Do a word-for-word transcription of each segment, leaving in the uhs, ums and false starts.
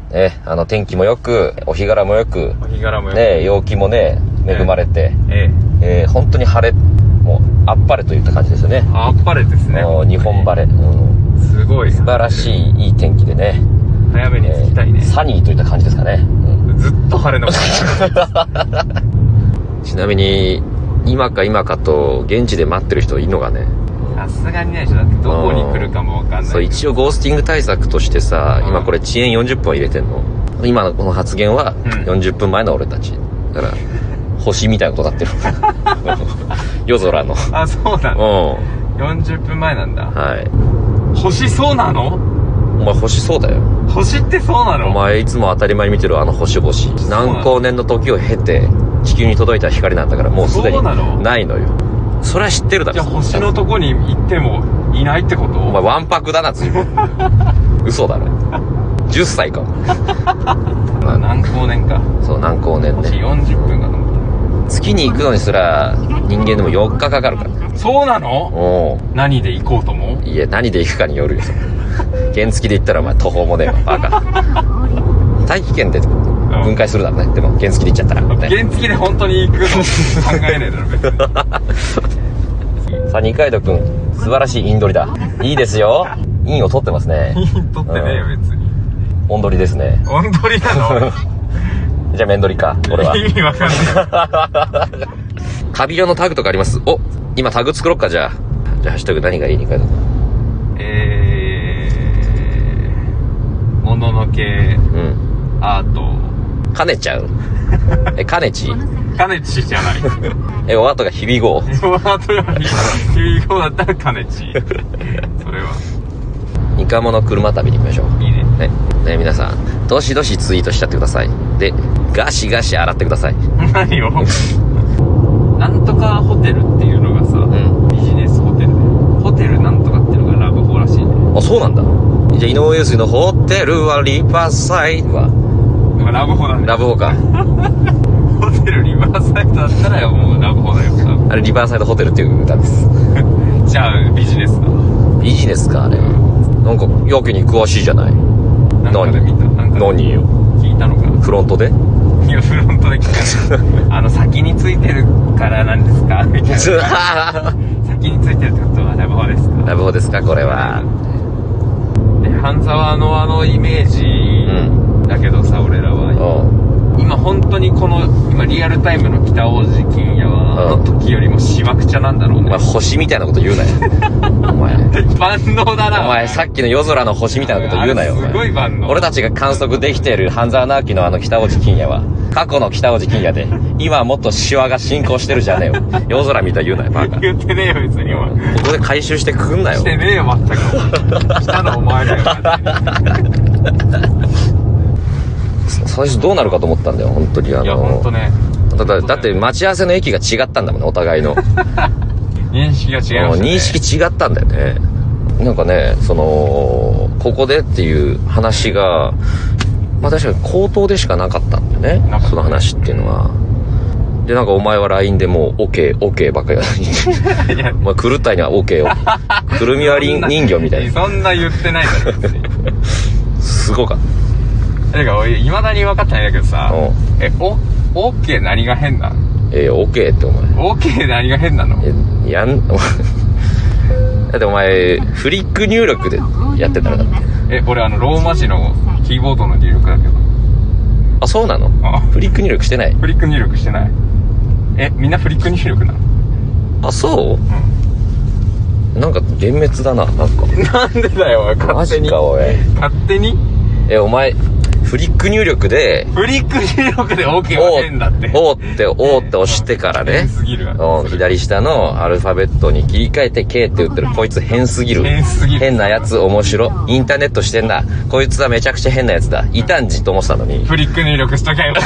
ね、あの天気もよく、お日柄もよく、 お日柄もよく、 ね、陽気もね、恵まれて、 えええー、本当に晴れ、もう、あっぱれといった感じですよね。 あっぱれですね。 日本晴れ。うん、すごい。 素晴らしい、いい天気でね。 早めに着きたいね、 えー。サニーといった感じですかね。 うん、ずっと晴れのちなみに、今か今かと、現地で待ってる人いるのがね。 さすがにないでしょ。だってどこに来るかもわかんない。 そう、一応ゴースティング対策としてさ、今これ遅延よんじゅっぷん入れてんの。今のこの発言はよんじゅっぷんまえの俺たち。だから、星みたいなことになってる。夜空の。 あ、そうなの。うん。よんじゅっぷんまえなんだ。 はい。 星そうなの？ お前星そうだよ。 星ってそうなの？ お前いつも当たり前に見てるあの星々。何光年の時を経て、地球に届いた光なんだから、もうすでにないのよ。それは知ってるだろ。 じゃあ星のとこに行ってもいないってこと？ お前わんぱくだな、つい嘘だろ。じゅっさいか。 何光年か。 そう、何光年ね。 星よんじゅっぷんかと思った。 月に行くのにすら人間でもよっかかかるから。 そうなの？ おう。 何で行こうとも？ いや、何で行くかによるよ。原付で行ったらお前途方もねえわ、バカ。大気圏で分解するだろうね。でも原付で行っちゃったら、ね。 原付で本当に行くの考えねえだろ別に。 さあ二階堂くん、素晴らしいインドリだ。いいですよ。インを取ってますね。 イン取ってねえよ、うん、別に。 オンドリですね。 オンドリなの？ じゃあ面取りか、俺は。 意味わかんない。 旅用のタグとかあります？お、今タグ作ろっか、じゃあ。じゃあハッシュタグ何がいい？二階堂くん。 えー、もののけ、うん、アート。 かねちゃう？え、かねち？ かねちじゃない。 え、お後がひびごう。 お後がひびごうだったらかねち。それは。 ニカモの車旅に行きましょう。 いいね。 ね、ね、皆さん、どしどしツイートしちゃってください。で、ガシガシ洗ってください。 何を？なんとかホテルっていうのがさ、うん、ビジネスホテルで。ホテルなんとかっていうのがラブホらしいね。 あ、そうなんだ。じゃあ、井上陽水のホテルはリバーサイドは。 ラブホだね。 ラブホか。 ホテルリバーサイドだったらもうラブホだよ。 あれリバーサイドホテルっていう歌です。 じゃあビジネスだ。 ビジネスかあれ。なんかやけに詳しいじゃない。 なんかで見た。なんか何よ。 聞いたのか。 フロントで？ いやフロントで聞かない。あの先についてるからなんですかみたいな。先についてるってことはラブホですか？ ラブホですかこれは。 で半沢のあのイメージ。うんだけどさ、俺らは今本当にこの今リアルタイムの北大路欣也はあの時よりもしわくちゃなんだろうね。 お前星みたいなこと言うなよ。お前万能だな。 お前さっきの夜空の星みたいなこと言うなよ。 すごい万能。 俺たちが観測できている半沢直樹のあの北大路欣也は過去の北大路欣也で今はもっとシワが進行してるじゃねえよ。夜空みたい言うなよバカ。 言ってねえよ別に。お前ここで回収してくんなよ。 してねえよ全く。したのお前だよ。 最初どうなるかと思ったんだよ本当に。あのいや本当ね。 だ, だ, だって待ち合わせの駅が違ったんだもんねお互いの。 認識が違いましたね。 認識違ったんだよね。なんかねそのここでっていう話がまあ確かに口頭でしかなかったんだよねその話っていうのは。でなんかお前は ライン でもう OKOK OK ばっかり言ってまあ狂ったには OK をくるみは人形みたいな。 そんな言ってないだろ別に。 すごかった。 てか俺未だに分かってないんだけどさ、え、お、オーケー何が変なの？ えー、オーケーってお前。 オーケー何が変なの？ え、やん、だってお前、フリック入力でやってたらだって。 え、俺あの、ローマ字のキーボードの入力だけど。 あ、そうなの？ あ、 フリック入力してない？ フリック入力してない。え、みんなフリック入力なの？ あ、そう？うん。なんか、幻滅だな、なんか。 なんでだよ、勝手に。 マジか、おい。 勝手に？ え、お前、フリック入力でフリック入力で OK は変だって。 O って O って押してからね、 変すぎるわ。左下のアルファベットに切り替えて K って打ってるこいつ変すぎる。 変すぎる。 変なやつ面白。インターネットしてんな。こいつはめちゃくちゃ変なやつだ。異端児と思ってたのに。 フリック入力しときゃよかった。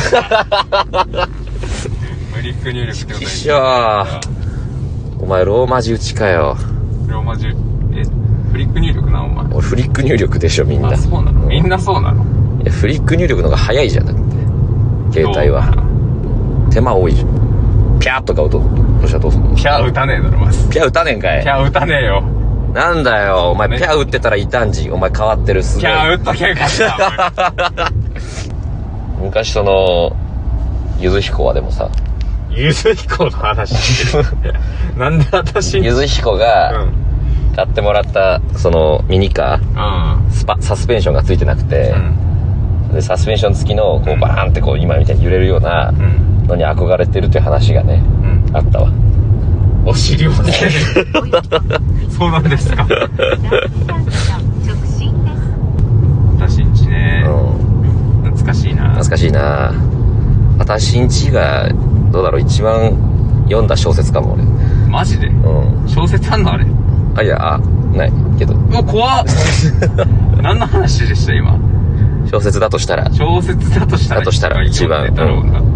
フリック入力ってことで。 しょー。お前ローマ字打ちかよ。 ローマ字、え、フリック入力なお前。 俺フリック入力でしょみんな。 あ、そうなの？みんなそうなの？ いやフリック入力の方が早いじゃんだって携帯は手間多いじゃん。ピャーとか打とうとしたらどうすんの？ ピャー打たねえだろまず。 ピャー打たねえんかい。 ピャー打たねえよ。 なんだよお前ピャー打ってたら異端児。お前変わってるすごい。 ピャー打っときゃよかった。 昔そのゆず彦はでもさ、 ゆず彦の話してるなんで私にゆず彦が買ってもらったそのミニカー、うん、スパサスペンションがついてなくて、うん、でサスペンション付きのこうバーンってこう今みたいに揺れるようなのに憧れてるという話がね、うん、あったわ。 お尻をつけるそうなんですか私んちね、うん、懐かしいな懐かしいな。私んちがどうだろう、一番読んだ小説かも俺。 マジで、うん、小説あんのあれ。 あ、いや、あ、ないけど。 うわ怖っ何の話でした今。 小説だとしたら小説だとしたらだとしたら一番、うん、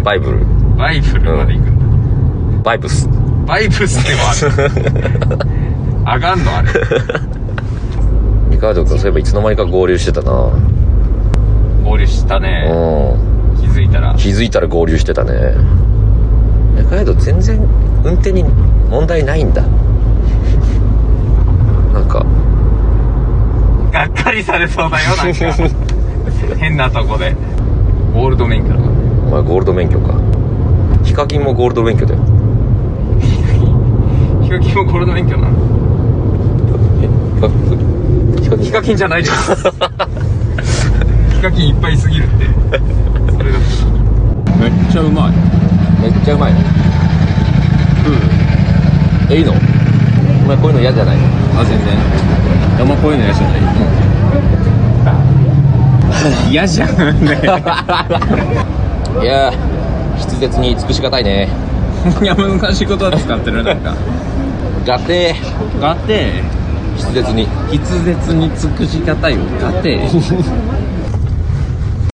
バイブルバイブルまで行くんだ、 うん、バイブスバイブスでもあるあがんのあれ二階堂君そういえばいつの間にか合流してたな。 合流したね。うん、気づいたら気づいたら合流してたね。二階堂全然運転に問題ないんだ。なんかがっかりされそうだよなんか変なとこで。ゴールド免許だから。お前ゴールド免許か。ヒカキンもゴールド免許だよ。 ヒカキンもゴールド免許なの？ え、ヒカキンヒカキンじゃないですヒカキンいっぱいいすぎるってそれだったらめっちゃうまい。 めっちゃうまいね。うん。え、いいの？お前こういうの嫌じゃないの？ あ、全然。あんまこういうの嫌じゃない。うん、嫌じゃんねいやー、筆舌に尽くしがたいね。 いや、難しいことは使ってる。なんかガテガテ筆舌に筆舌に尽くしがたいよ。ガテ